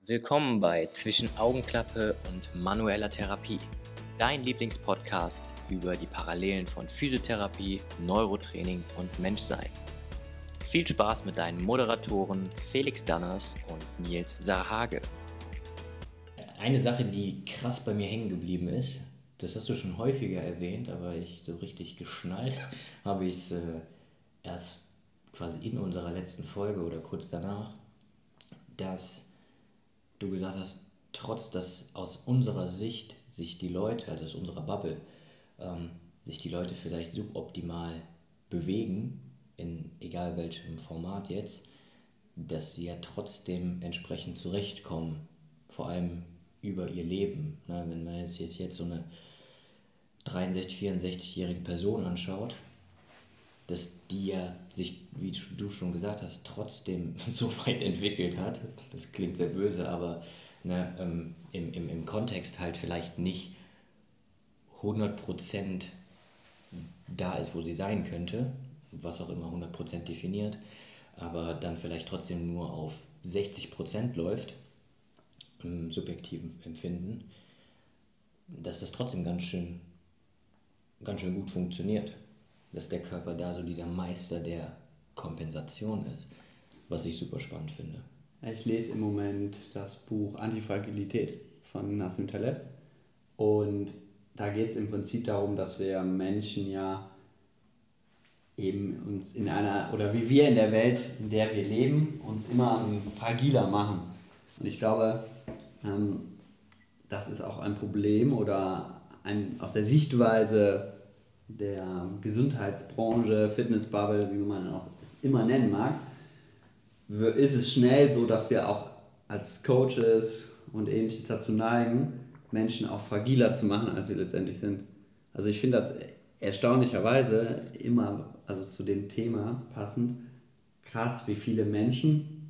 Willkommen bei Zwischen Augenklappe und manueller Therapie, dein Lieblingspodcast über die Parallelen von Physiotherapie, Neurotraining und Menschsein. Viel Spaß mit deinen Moderatoren Felix Danners und Nils Sarhage. Eine Sache, die krass bei mir hängen geblieben ist, das hast du schon häufiger erwähnt, aber so richtig geschnallt habe ich es erst quasi in unserer letzten Folge oder kurz danach, dass du gesagt hast, trotz dass aus unserer Sicht sich die Leute, also aus unserer Bubble, sich die Leute vielleicht suboptimal bewegen, in egal welchem Format jetzt, dass sie ja trotzdem entsprechend zurechtkommen, vor allem über ihr Leben. Ne? Wenn man jetzt so eine 63-, 64-jährige Person anschaut, dass die ja sich, wie du schon gesagt hast, trotzdem so weit entwickelt hat. Das klingt sehr böse, aber ne, im Kontext halt vielleicht nicht 100% da ist, wo sie sein könnte, was auch immer 100% definiert, aber dann vielleicht trotzdem nur auf 60% läuft, im subjektiven Empfinden, dass das trotzdem ganz schön gut funktioniert. Dass der Körper da so dieser Meister der Kompensation ist, was ich super spannend finde. Ich lese im Moment das Buch Antifragilität von Nassim Taleb und da geht es im Prinzip darum, dass wir Menschen ja eben uns in einer, oder wie wir in der Welt, in der wir leben, uns immer fragiler machen. Und ich glaube, das ist auch ein Problem oder aus der Sichtweise der Gesundheitsbranche, Fitnessbubble, wie man auch es immer nennen mag, ist es schnell so, dass wir auch als Coaches und ähnliches dazu neigen, Menschen auch fragiler zu machen, als sie letztendlich sind. Also ich finde das erstaunlicherweise immer, also zu dem Thema passend, krass, wie viele Menschen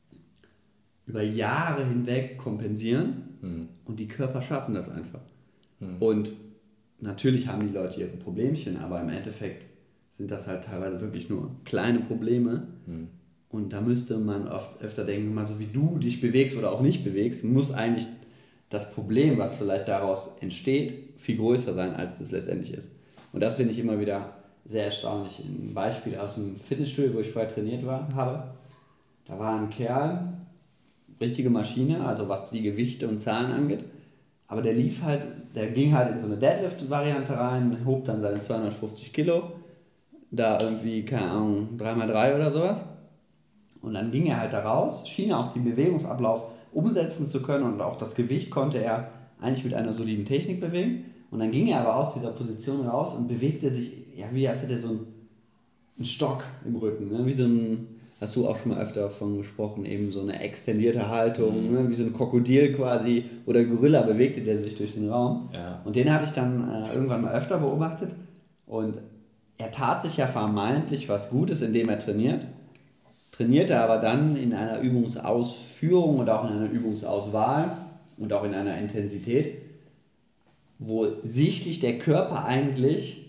über Jahre hinweg kompensieren und die Körper schaffen das einfach. Und natürlich haben die Leute ihre Problemchen, aber im Endeffekt sind das halt teilweise wirklich nur kleine Probleme. Und da müsste man oft öfter denken, mal so wie du dich bewegst oder auch nicht bewegst, muss eigentlich das Problem, was vielleicht daraus entsteht, viel größer sein, als es letztendlich ist. Und das finde ich immer wieder sehr erstaunlich. Ein Beispiel aus dem Fitnessstudio, wo ich vorher trainiert habe, da war ein Kerl, richtige Maschine, also was die Gewichte und Zahlen angeht, aber der ging halt in so eine Deadlift-Variante rein, hob dann seine 250 Kilo, da irgendwie, keine Ahnung, 3x3 oder sowas. Und dann ging er halt da raus, schien auch den Bewegungsablauf umsetzen zu können und auch das Gewicht konnte er eigentlich mit einer soliden Technik bewegen. Und dann ging er aber aus dieser Position raus und bewegte sich, ja, wie als hätte er so einen Stock im Rücken, ne? Wie so ein, hast du auch schon mal öfter davon gesprochen, eben so eine extendierte Haltung, ne? Wie so ein Krokodil quasi oder Gorilla bewegte der sich durch den Raum. Ja. Und den hatte ich dann irgendwann mal öfter beobachtet und er tat sich ja vermeintlich was Gutes, indem er trainierte aber dann in einer Übungsausführung und auch in einer Übungsauswahl und auch in einer Intensität, wo sichtlich der Körper eigentlich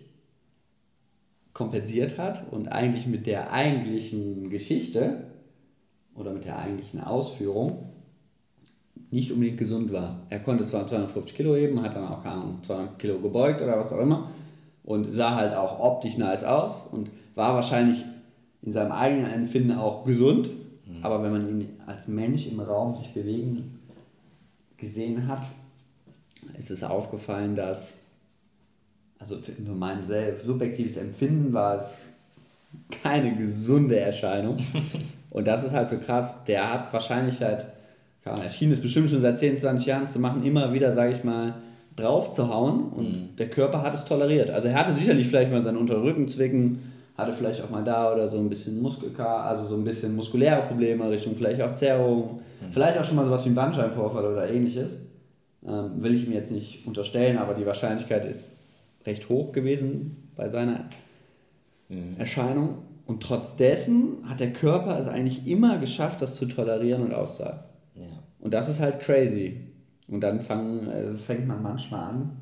kompensiert hat und eigentlich mit der eigentlichen Geschichte oder mit der eigentlichen Ausführung nicht unbedingt gesund war. Er konnte zwar 250 Kilo heben, hat dann auch 200 Kilo gebeugt oder was auch immer und sah halt auch optisch nice aus und war wahrscheinlich in seinem eigenen Empfinden auch gesund, aber wenn man ihn als Mensch im Raum sich bewegen gesehen hat, ist es aufgefallen, dass, also für mein subjektives Empfinden war es keine gesunde Erscheinung. Und das ist halt so krass, der hat wahrscheinlich er schien es bestimmt schon seit 10, 20 Jahren zu machen, immer wieder, sage ich mal, drauf zu hauen und der Körper hat es toleriert. Also er hatte sicherlich vielleicht mal seinen Unterrücken zwicken, hatte vielleicht auch mal da oder so ein bisschen also so ein bisschen muskuläre Probleme Richtung vielleicht auch Zerrung, vielleicht auch schon mal sowas wie ein Bandscheibenvorfall oder ähnliches. Will ich ihm jetzt nicht unterstellen, aber die Wahrscheinlichkeit ist recht hoch gewesen bei seiner Erscheinung. Und trotz dessen hat der Körper es eigentlich immer geschafft, das zu tolerieren und auszuhalten. Ja. Und das ist halt crazy. Und dann fängt man manchmal an,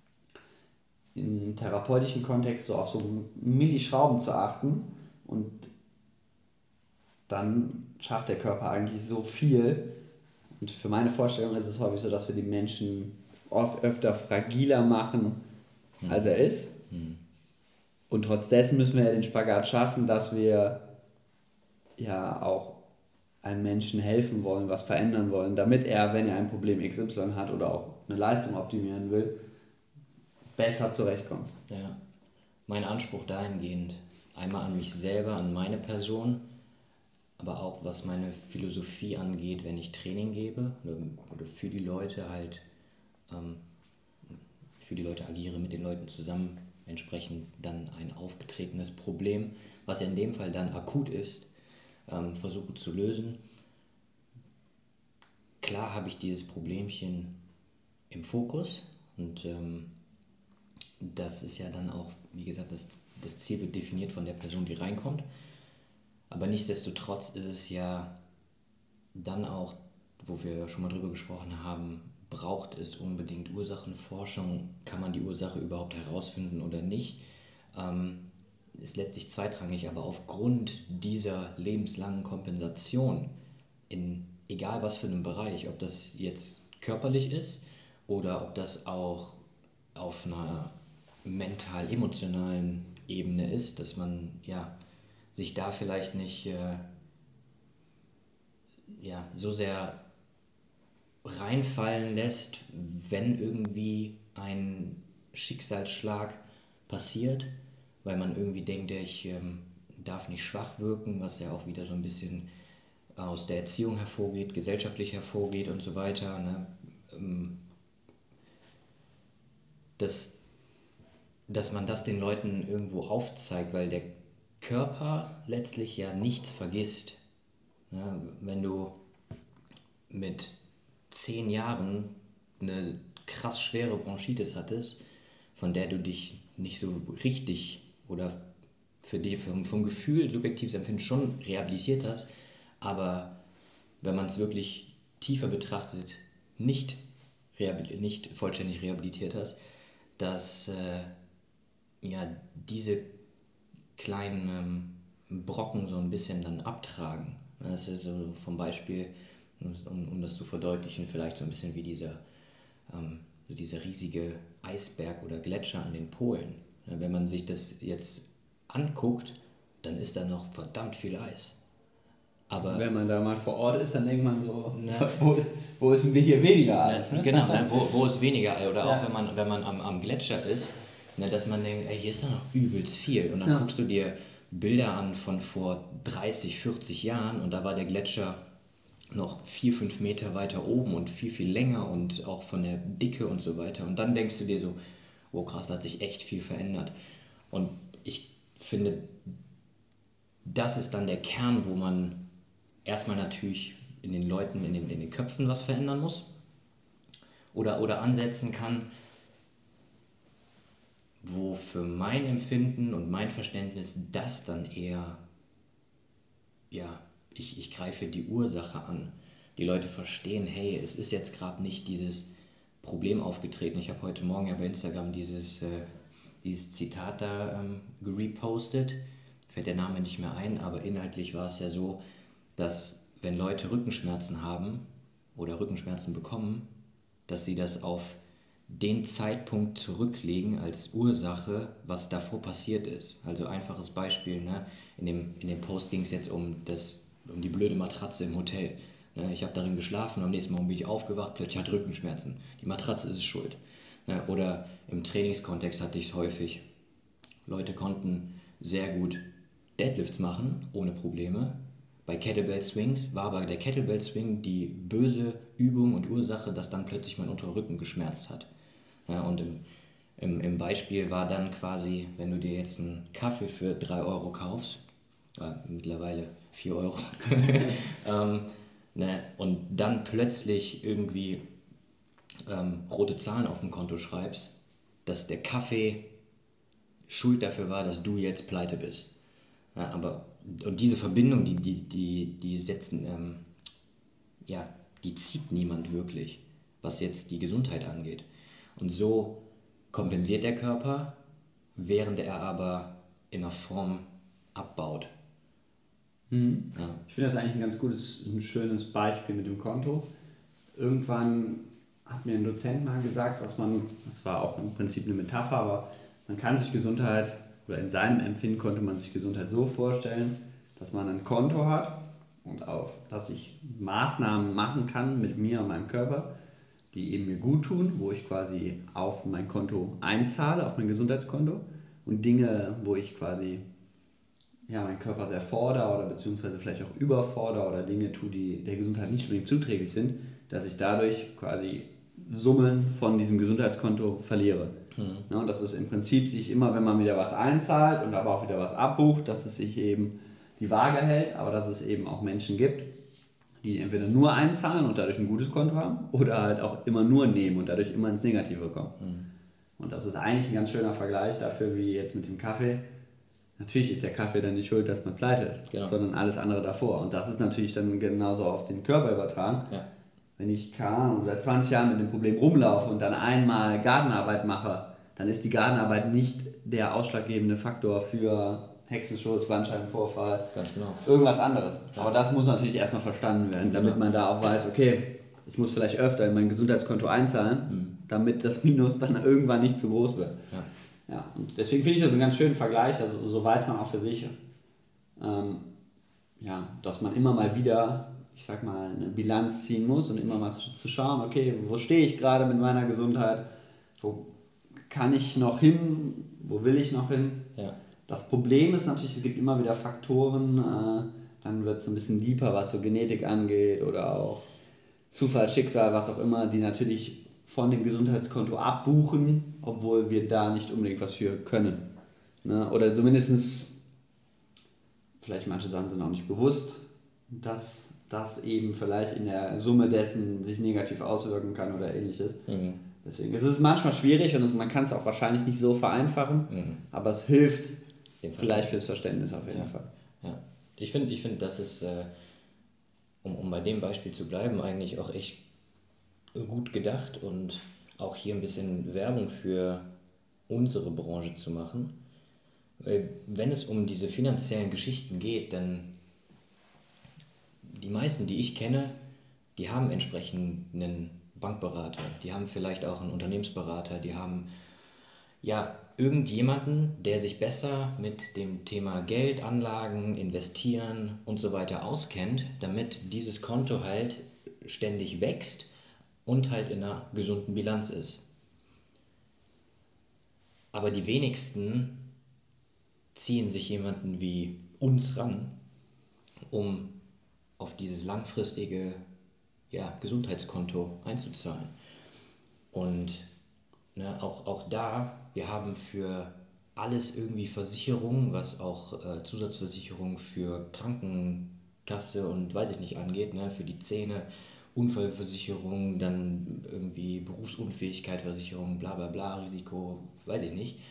im therapeutischen Kontext so auf so Millischrauben zu achten und dann schafft der Körper eigentlich so viel Und für meine Vorstellung ist es häufig so, dass wir die Menschen oft öfter fragiler machen, als er ist. Und trotz dessen müssen wir ja den Spagat schaffen, dass wir ja auch einem Menschen helfen wollen, was verändern wollen, damit er, wenn er ein Problem XY hat oder auch eine Leistung optimieren will, besser zurechtkommt. Ja, mein Anspruch dahingehend, einmal an mich selber, an meine Person, aber auch was meine Philosophie angeht, wenn ich Training gebe oder für die Leute halt, für die Leute agiere, mit den Leuten zusammen, entsprechend dann ein aufgetretenes Problem, was ja in dem Fall dann akut ist, versuche zu lösen. Klar habe ich dieses Problemchen im Fokus und das ist ja dann auch, wie gesagt, das Ziel wird definiert von der Person, die reinkommt. Aber nichtsdestotrotz ist es ja dann auch, wo wir schon mal drüber gesprochen haben, braucht es unbedingt Ursachenforschung? Kann man die Ursache überhaupt herausfinden oder nicht? Ist letztlich zweitrangig, aber aufgrund dieser lebenslangen Kompensation, in egal was für einem Bereich, ob das jetzt körperlich ist oder ob das auch auf einer mental-emotionalen Ebene ist, dass man ja sich da vielleicht nicht so sehr reinfallen lässt, wenn irgendwie ein Schicksalsschlag passiert, weil man irgendwie denkt, ich darf nicht schwach wirken, was ja auch wieder so ein bisschen aus der Erziehung hervorgeht, gesellschaftlich hervorgeht und so weiter. Ne? Dass man das den Leuten irgendwo aufzeigt, weil der Körper letztlich ja nichts vergisst. Ne? Wenn du mit 10 Jahren eine krass schwere Bronchitis hattest, von der du dich nicht so richtig oder für dich vom Gefühl, subjektives Empfinden schon rehabilitiert hast, aber wenn man es wirklich tiefer betrachtet, nicht vollständig rehabilitiert hast, dass diese kleinen Brocken so ein bisschen dann abtragen. Das ist so vom Beispiel, um das zu verdeutlichen, vielleicht so ein bisschen wie dieser riesige Eisberg oder Gletscher an den Polen. Wenn man sich das jetzt anguckt, dann ist da noch verdammt viel Eis. Aber wenn man da mal vor Ort ist, dann denkt man so, wo ist denn hier weniger Eis? Ne? Genau, wo ist weniger Eis? Oder auch wenn man am Gletscher ist, dass man denkt, hier ist da noch übelst viel. Und dann guckst du dir Bilder an von vor 30, 40 Jahren und da war der Gletscher noch 4-5 Meter weiter oben und viel, viel länger und auch von der Dicke und so weiter. Und dann denkst du dir so, oh krass, da hat sich echt viel verändert. Und ich finde, das ist dann der Kern, wo man erstmal natürlich in den Leuten, in den Köpfen was verändern muss oder ansetzen kann, wo für mein Empfinden und mein Verständnis das dann eher, ich greife die Ursache an. Die Leute verstehen, hey, es ist jetzt gerade nicht dieses Problem aufgetreten. Ich habe heute Morgen ja bei Instagram dieses Zitat da gerepostet. Fällt der Name nicht mehr ein, aber inhaltlich war es ja so, dass wenn Leute Rückenschmerzen haben oder Rückenschmerzen bekommen, dass sie das auf den Zeitpunkt zurücklegen als Ursache, was davor passiert ist. Also einfaches Beispiel, ne? In dem Post ging es jetzt um die blöde Matratze im Hotel. Ne? Ich habe darin geschlafen, am nächsten Morgen bin ich aufgewacht, plötzlich hatte ich Rückenschmerzen. Die Matratze ist es schuld. Ne? Oder im Trainingskontext hatte ich es häufig. Leute konnten sehr gut Deadlifts machen, ohne Probleme. Bei Kettlebell Swings war aber der Kettlebell Swing die böse Übung und Ursache, dass dann plötzlich mein unterer Rücken geschmerzt hat. Ja, und im Beispiel war dann quasi, wenn du dir jetzt einen Kaffee für 3 Euro kaufst, mittlerweile 4 Euro, und dann plötzlich irgendwie rote Zahlen auf dem Konto schreibst, dass der Kaffee schuld dafür war, dass du jetzt pleite bist. Ja, und diese Verbindung, die setzen, die zieht niemand wirklich, was jetzt die Gesundheit angeht. Und so kompensiert der Körper, während er aber in einer Form abbaut. Ja. Ich finde das eigentlich ein schönes Beispiel mit dem Konto, irgendwann hat mir ein Dozent mal gesagt, das war auch im Prinzip eine Metapher, aber man kann sich Gesundheit, oder in seinem Empfinden konnte man sich Gesundheit so vorstellen, dass man ein Konto hat und auf das ich Maßnahmen machen kann mit mir und meinem Körper, die eben mir gut tun, wo ich quasi auf mein Konto einzahle, auf mein Gesundheitskonto, und Dinge, wo ich quasi meinen Körper sehr fordere oder beziehungsweise vielleicht auch überfordere oder Dinge tue, die der Gesundheit nicht unbedingt zuträglich sind, dass ich dadurch quasi Summen von diesem Gesundheitskonto verliere. Ja, und dass es im Prinzip sich immer, wenn man wieder was einzahlt und aber auch wieder was abbucht, dass es sich eben die Waage hält, aber dass es eben auch Menschen gibt, die entweder nur einzahlen und dadurch ein gutes Konto haben oder halt auch immer nur nehmen und dadurch immer ins Negative kommen. Und das ist eigentlich ein ganz schöner Vergleich dafür, wie jetzt mit dem Kaffee. Natürlich ist der Kaffee dann nicht schuld, dass man pleite ist, sondern alles andere davor. Und das ist natürlich dann genauso auf den Körper übertragen. Ja. Wenn ich seit 20 Jahren mit dem Problem rumlaufe und dann einmal Gartenarbeit mache, dann ist die Gartenarbeit nicht der ausschlaggebende Faktor für Hexenschuss, Bandscheibenvorfall, irgendwas anderes. Aber das muss natürlich erstmal verstanden werden, damit man da auch weiß, okay, ich muss vielleicht öfter in mein Gesundheitskonto einzahlen, damit das Minus dann irgendwann nicht zu groß wird. Ja, und deswegen finde ich das einen ganz schönen Vergleich, also so weiß man auch für sich, dass man immer mal wieder, ich sag mal, eine Bilanz ziehen muss und immer mal zu schauen, okay, wo stehe ich gerade mit meiner Gesundheit, wo kann ich noch hin, wo will ich noch hin. Ja. Das Problem ist natürlich, es gibt immer wieder Faktoren, dann wird es so ein bisschen deeper, was so Genetik angeht oder auch Zufall, Schicksal, was auch immer, die natürlich von dem Gesundheitskonto abbuchen, obwohl wir da nicht unbedingt was für können. Ne? Oder zumindest, vielleicht manche Sachen sind auch nicht bewusst, dass das eben vielleicht in der Summe dessen sich negativ auswirken kann oder ähnliches. Deswegen ist es manchmal schwierig und man kann es auch wahrscheinlich nicht so vereinfachen, aber es hilft vielleicht fürs Verständnis auf jeden Fall. Ja. Ich finde, das ist, um bei dem Beispiel zu bleiben, eigentlich auch echt gut gedacht und auch hier ein bisschen Werbung für unsere Branche zu machen. Weil wenn es um diese finanziellen Geschichten geht, dann die meisten, die ich kenne, die haben entsprechend einen Bankberater, die haben vielleicht auch einen Unternehmensberater, die haben irgendjemanden, der sich besser mit dem Thema Geld, Anlagen, Investieren und so weiter auskennt, damit dieses Konto halt ständig wächst und halt in einer gesunden Bilanz ist. Aber die wenigsten ziehen sich jemanden wie uns ran, um auf dieses langfristige Gesundheitskonto einzuzahlen. Und auch da, wir haben für alles irgendwie Versicherungen, was auch Zusatzversicherung für Krankenkasse und weiß ich nicht angeht, für die Zähne, Unfallversicherung, dann irgendwie Berufsunfähigkeitsversicherung, bla bla bla, Risiko, weiß ich nicht.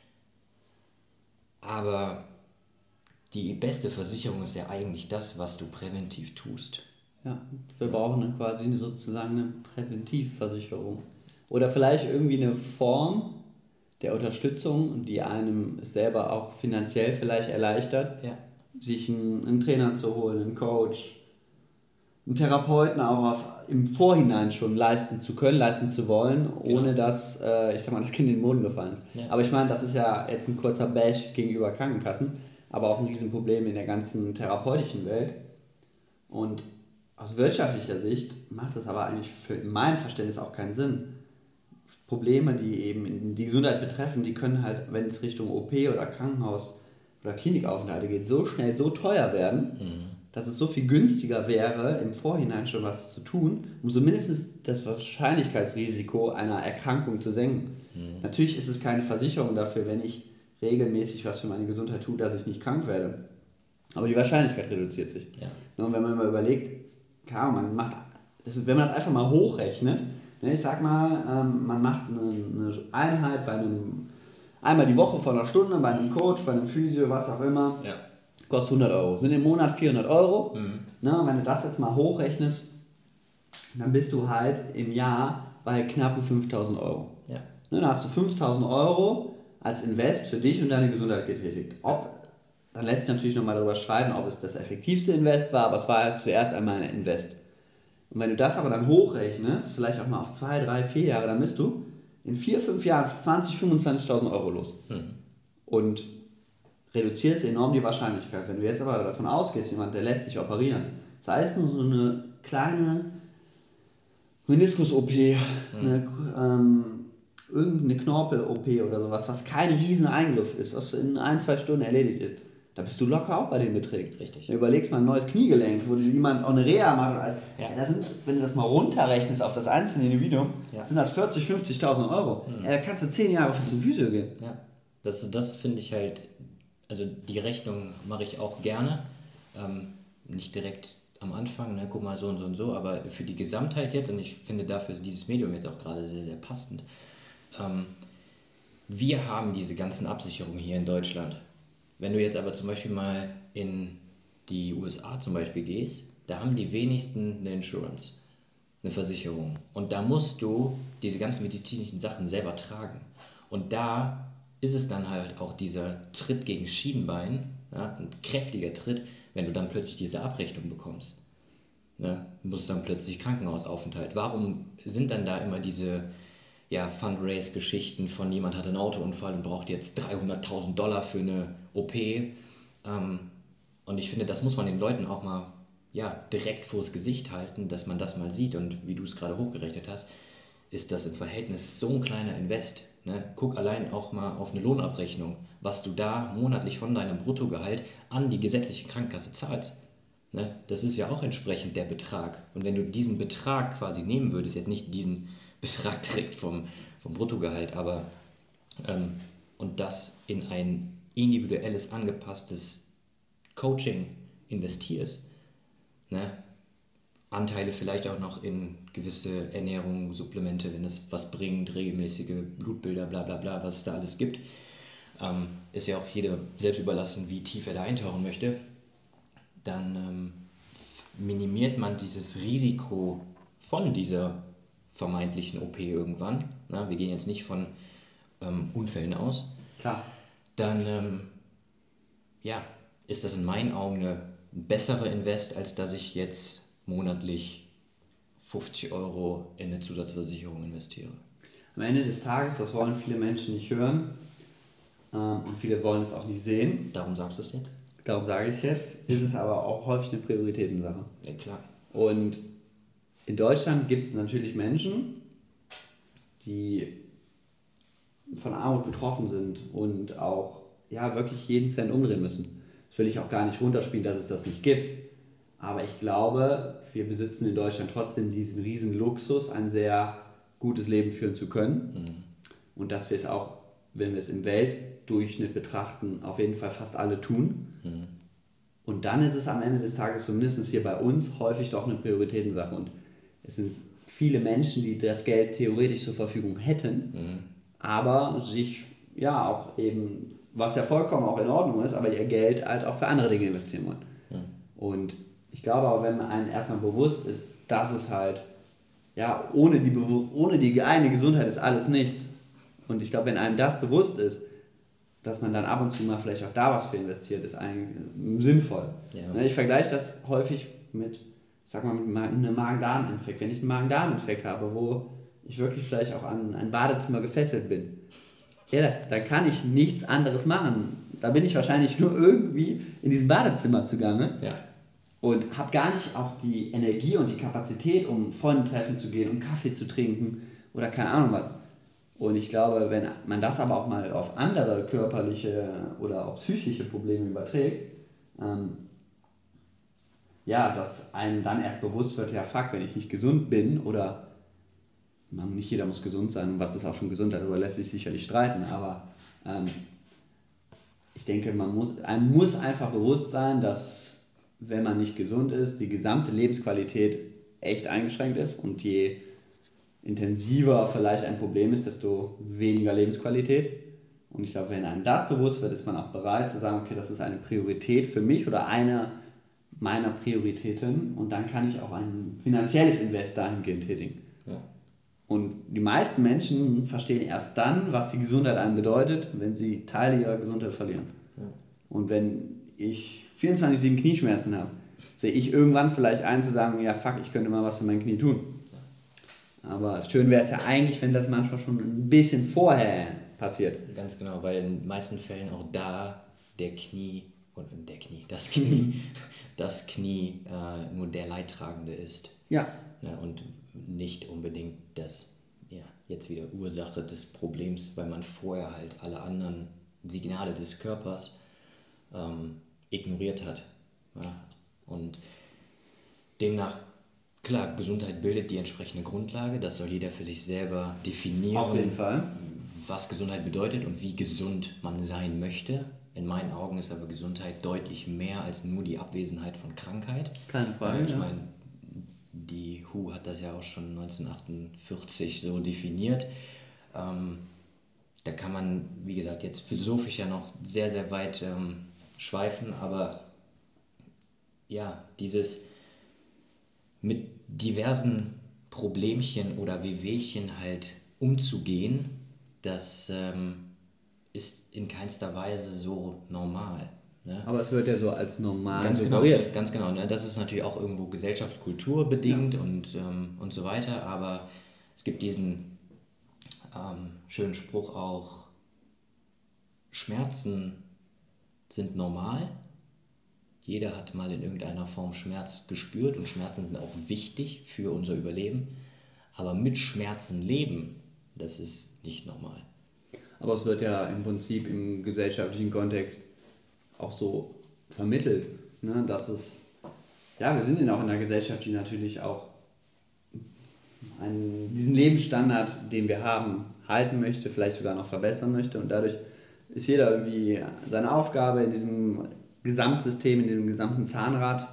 Aber die beste Versicherung ist ja eigentlich das, was du präventiv tust. Ja, wir brauchen quasi sozusagen eine Präventivversicherung. Oder vielleicht irgendwie eine Form der Unterstützung, die einem es selber auch finanziell vielleicht erleichtert, sich einen Trainer zu holen, einen Coach, einen Therapeuten auch im Vorhinein schon leisten zu können, leisten zu wollen, ohne dass, das Kind in den Boden gefallen ist. Ja. Aber ich meine, das ist ja jetzt ein kurzer Bash gegenüber Krankenkassen, aber auch ein Riesenproblem in der ganzen therapeutischen Welt. Und aus wirtschaftlicher Sicht macht das aber eigentlich in meinem Verständnis auch keinen Sinn. Probleme, die eben die Gesundheit betreffen, die können halt, wenn es Richtung OP oder Krankenhaus oder Klinikaufenthalte geht, so schnell so teuer werden, dass es so viel günstiger wäre, im Vorhinein schon was zu tun, um zumindest das Wahrscheinlichkeitsrisiko einer Erkrankung zu senken. Natürlich ist es keine Versicherung dafür, wenn ich regelmäßig was für meine Gesundheit tue, dass ich nicht krank werde. Aber die Wahrscheinlichkeit reduziert sich. Ja. Und wenn man mal überlegt, wenn man das einfach mal hochrechnet, ich sag mal, man macht eine Einheit einmal die Woche von einer Stunde bei einem Coach, bei einem Physio, was auch immer, kostet 100 Euro. Sind im Monat 400 Euro. Wenn du das jetzt mal hochrechnest, dann bist du halt im Jahr bei knappen 5.000 Euro. Ja. Dann hast du 5.000 Euro als Invest für dich und deine Gesundheit getätigt. Dann lässt sich natürlich nochmal darüber streiten, ob es das effektivste Invest war, aber es war halt zuerst einmal ein Invest. Und wenn du das aber dann hochrechnest, vielleicht auch mal auf 2, 3, 4 Jahre, dann bist du in 4, 5 Jahren 20.000, 25.000 Euro los. Und reduzierst enorm die Wahrscheinlichkeit. Wenn du jetzt aber davon ausgehst, jemand, der lässt sich operieren, sei es nur so eine kleine Meniskus-OP, irgendeine Knorpel-OP oder sowas, was kein riesen Eingriff ist, was in 1, 2 Stunden erledigt ist, da bist du locker auch bei den Beträgen. Richtig. Du überlegst mal ein neues Kniegelenk, wo jemand auch eine Reha macht. Und alles. Ja. Ja, wenn du das mal runterrechnest auf das einzelne Individuum, sind das 40.000, 50.000 Euro. Ja, da kannst du 10 Jahre für zum Physio gehen. Ja, das finde ich halt, also die Rechnung mache ich auch gerne. Nicht direkt am Anfang, ne, guck mal so und so und so, aber für die Gesamtheit jetzt, und ich finde, dafür ist dieses Medium jetzt auch gerade sehr, sehr passend. Wir haben diese ganzen Absicherungen hier in Deutschland. Wenn du jetzt aber zum Beispiel mal in die USA zum Beispiel gehst, da haben die wenigsten eine Insurance, eine Versicherung. Und da musst du diese ganzen medizinischen Sachen selber tragen. Und da ist es dann halt auch dieser Tritt gegen Schienbein, ja, ein kräftiger Tritt, wenn du dann plötzlich diese Abrechnung bekommst. Ne? Du musst dann plötzlich Krankenhausaufenthalt. Warum sind dann da immer diese Fundraise-Geschichten von jemand hat einen Autounfall und braucht jetzt $300.000 für eine OP? Und ich finde, das muss man den Leuten auch mal direkt vors Gesicht halten, dass man das mal sieht. Und wie du es gerade hochgerechnet hast, ist das im Verhältnis so ein kleiner Invest. Ne? Guck allein auch mal auf eine Lohnabrechnung, was du da monatlich von deinem Bruttogehalt an die gesetzliche Krankenkasse zahlst. Ne? Das ist ja auch entsprechend der Betrag. Und wenn du diesen Betrag quasi nehmen würdest, jetzt nicht diesen Betrag direkt vom Bruttogehalt, aber und das in ein individuelles, angepasstes Coaching investierst, ne? Anteile vielleicht auch noch in gewisse Ernährung, Supplemente, wenn es was bringt, regelmäßige Blutbilder, bla bla bla, was es da alles gibt. Ist ja auch jeder selbst überlassen, wie tief er da eintauchen möchte. Dann minimiert man dieses Risiko von dieser vermeintlichen OP irgendwann. Na, wir gehen jetzt nicht von Unfällen aus. Klar. Dann ist das in meinen Augen ein besserer Invest, als dass ich jetzt monatlich 50 Euro in eine Zusatzversicherung investiere. Am Ende des Tages, das wollen viele Menschen nicht hören und viele wollen es auch nicht sehen. Darum sagst du es jetzt? Darum sage ich jetzt, ist es aber auch häufig eine Prioritätensache. Ja, klar. Und in Deutschland gibt es natürlich Menschen, die von Armut betroffen sind und auch wirklich jeden Cent umdrehen müssen. Das will ich auch gar nicht runterspielen, dass es das nicht gibt. Aber ich glaube, wir besitzen in Deutschland trotzdem diesen riesen Luxus, ein sehr gutes Leben führen zu können. Und dass wir es auch, wenn wir es im Weltdurchschnitt betrachten, auf jeden Fall fast alle tun. Und dann ist es am Ende des Tages, zumindest hier bei uns, häufig doch eine Prioritätensache. Und es sind viele Menschen, die das Geld theoretisch zur Verfügung hätten, aber sich auch eben, was ja vollkommen auch in Ordnung ist, aber ihr Geld halt auch für andere Dinge investieren wollen. Und ich glaube aber, wenn man einem erstmal bewusst ist, dass es halt, ohne die eigene Gesundheit ist alles nichts. Und ich glaube, wenn einem das bewusst ist, dass man dann ab und zu mal vielleicht auch da was für investiert, ist eigentlich sinnvoll. Ja. Ich vergleiche das häufig mit einem Magen-Darm-Infekt. Wenn ich einen Magen-Darm-Infekt habe, wo ich wirklich vielleicht auch an ein Badezimmer gefesselt bin, dann kann ich nichts anderes machen. Da bin ich wahrscheinlich nur irgendwie in diesem Badezimmer zugange. Ja. Und habe gar nicht auch die Energie und die Kapazität, um Freundentreffen zu gehen, um Kaffee zu trinken oder keine Ahnung was. Und ich glaube, wenn man das aber auch mal auf andere körperliche oder auch psychische Probleme überträgt, dass einem dann erst bewusst wird, wenn ich nicht gesund bin oder nicht jeder muss gesund sein und was ist auch schon gesund, darüber lässt sich sicherlich streiten, aber ich denke, einem muss einfach bewusst sein, dass wenn man nicht gesund ist, die gesamte Lebensqualität echt eingeschränkt ist und je intensiver vielleicht ein Problem ist, desto weniger Lebensqualität. Und ich glaube, wenn einem das bewusst wird, ist man auch bereit zu sagen, okay, das ist eine Priorität für mich oder eine meiner Prioritäten und dann kann ich auch ein finanzielles Invest dahingehend tätigen. Ja. Und die meisten Menschen verstehen erst dann, was die Gesundheit einem bedeutet, wenn sie Teile ihrer Gesundheit verlieren. Ja. Und wenn ich 24/7 Knieschmerzen habe, sehe ich irgendwann vielleicht ein zu sagen, ja fuck, ich könnte mal was für mein Knie tun. Aber schön wäre es ja eigentlich, wenn das manchmal schon ein bisschen vorher passiert. Ganz genau, weil in den meisten Fällen auch da das Knie nur der Leidtragende ist. Ja. Ne, und nicht unbedingt das, ja, jetzt wieder Ursache des Problems, weil man vorher halt alle anderen Signale des Körpers ignoriert hat. Ja. Und demnach, klar, Gesundheit bildet die entsprechende Grundlage, das soll jeder für sich selber definieren. Auf jeden Fall. Was Gesundheit bedeutet und wie gesund man sein möchte. In meinen Augen ist aber Gesundheit deutlich mehr als nur die Abwesenheit von Krankheit. Keine Frage. Ich meine, die WHO hat das ja auch schon 1948 so definiert. Da kann man, wie gesagt, jetzt philosophisch ja noch sehr, sehr weit schweifen, aber ja, dieses mit diversen Problemchen oder Wehwehchen halt umzugehen, das ist in keinster Weise so normal. Ne? Aber es wird ja so als normal ganz suggeriert. Ganz genau. Ne? Das ist natürlich auch irgendwo Gesellschaft, Kultur bedingt und so weiter, aber es gibt diesen schönen Spruch auch, Schmerzen sind normal. Jeder hat mal in irgendeiner Form Schmerz gespürt und Schmerzen sind auch wichtig für unser Überleben. Aber mit Schmerzen leben, das ist nicht normal. Aber es wird ja im Prinzip im gesellschaftlichen Kontext auch so vermittelt, ne, dass es, ja, wir sind ja auch in einer Gesellschaft, die natürlich auch diesen Lebensstandard, den wir haben, halten möchte, vielleicht sogar noch verbessern möchte und dadurch ist jeder irgendwie seine Aufgabe in diesem Gesamtsystem, in dem gesamten Zahnrad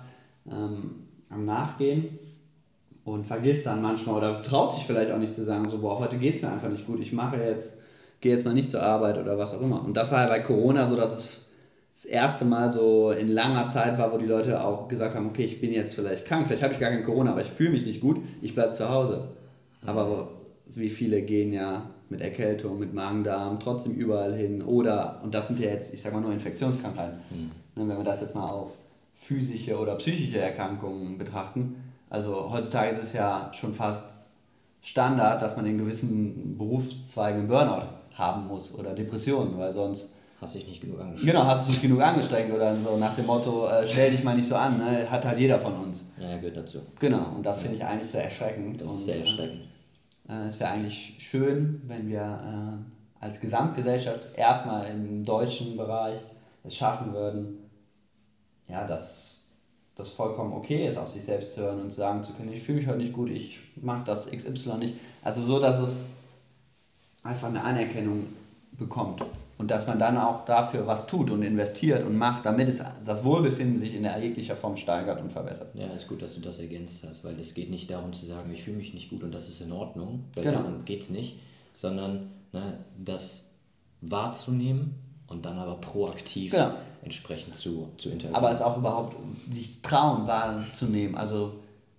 am Nachgehen und vergisst dann manchmal oder traut sich vielleicht auch nicht zu sagen, so, boah, heute geht es mir einfach nicht gut, gehe jetzt mal nicht zur Arbeit oder was auch immer. Und das war ja bei Corona so, dass es das erste Mal so in langer Zeit war, wo die Leute auch gesagt haben, okay, ich bin jetzt vielleicht krank, vielleicht habe ich gar kein Corona, aber ich fühle mich nicht gut, ich bleibe zu Hause. Aber wie viele gehen ja mit Erkältung, mit Magen-Darm trotzdem überall hin oder, und das sind ja jetzt, ich sag mal, nur Infektionskrankheiten. Wenn wir das jetzt mal auf physische oder psychische Erkrankungen betrachten, also heutzutage ist es ja schon fast Standard, dass man in gewissen Berufszweigen einen Burnout haben muss oder Depressionen, weil sonst hast dich nicht genug angestrengt. Genau, hast du nicht genug angestrengt oder so nach dem Motto, stell dich mal nicht so an, ne? Hat halt jeder von uns. Ja, gehört dazu. Genau, und das finde ich eigentlich sehr erschreckend. Das ist sehr erschreckend. Es wäre eigentlich schön, wenn wir als Gesamtgesellschaft erstmal im deutschen Bereich es schaffen würden, ja, dass das vollkommen okay ist, auf sich selbst zu hören und sagen zu können, ich fühle mich heute nicht gut, ich mache das XY nicht. Also so, dass es einfach eine Anerkennung bekommt und dass man dann auch dafür was tut und investiert und macht, damit das Wohlbefinden sich in jeglicher Form steigert und verbessert. Ja, ist gut, dass du das ergänzt hast, weil es geht nicht darum zu sagen, ich fühle mich nicht gut und das ist in Ordnung, weil darum geht es nicht, sondern das wahrzunehmen und dann aber proaktiv entsprechend zu interagieren. Aber es auch überhaupt sich trauen wahrzunehmen, also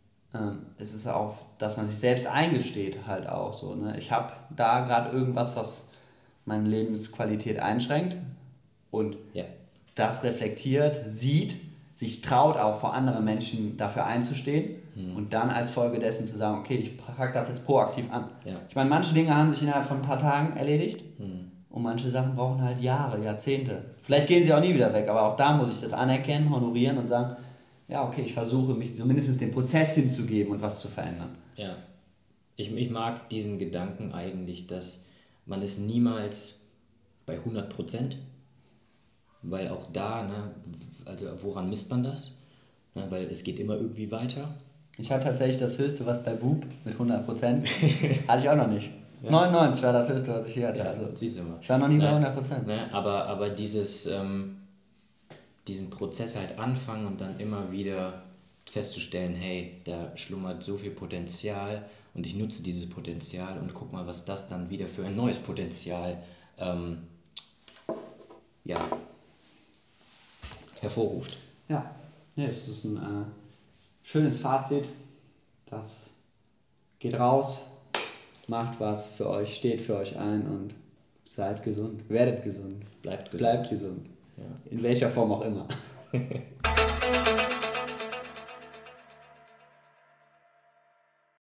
es ist auch, dass man sich selbst eingesteht halt auch so, ne? Ich habe da gerade irgendwas, was meine Lebensqualität einschränkt und das reflektiert, sieht, sich traut auch vor anderen Menschen dafür einzustehen und dann als Folge dessen zu sagen, okay, ich packe das jetzt proaktiv an. Ja. Ich meine, manche Dinge haben sich innerhalb von ein paar Tagen erledigt und manche Sachen brauchen halt Jahre, Jahrzehnte. Vielleicht gehen sie auch nie wieder weg, aber auch da muss ich das anerkennen, honorieren und sagen, ja, okay, ich versuche mich zumindest den Prozess hinzugeben und was zu verändern. Ja, ich mag diesen Gedanken eigentlich, dass man ist niemals bei 100%, weil auch da, ne, also woran misst man das? Ne, weil es geht immer irgendwie weiter. Ich hatte tatsächlich das Höchste, was bei Whoop mit 100%, hatte ich auch noch nicht. Ja. 99 war das Höchste, was ich hier hatte. Ja, also, siehst du mal. Ich war noch nie bei 100%. Ne, aber diesen Prozess halt anfangen und dann immer wieder festzustellen, hey, da schlummert so viel Potenzial und ich nutze dieses Potenzial und guck mal, was das dann wieder für ein neues Potenzial hervorruft. Ja, es ist ein schönes Fazit. Das geht raus, macht was für euch, steht für euch ein und seid gesund, werdet gesund, bleibt gesund. Bleibt gesund. Ja. In welcher Form auch immer.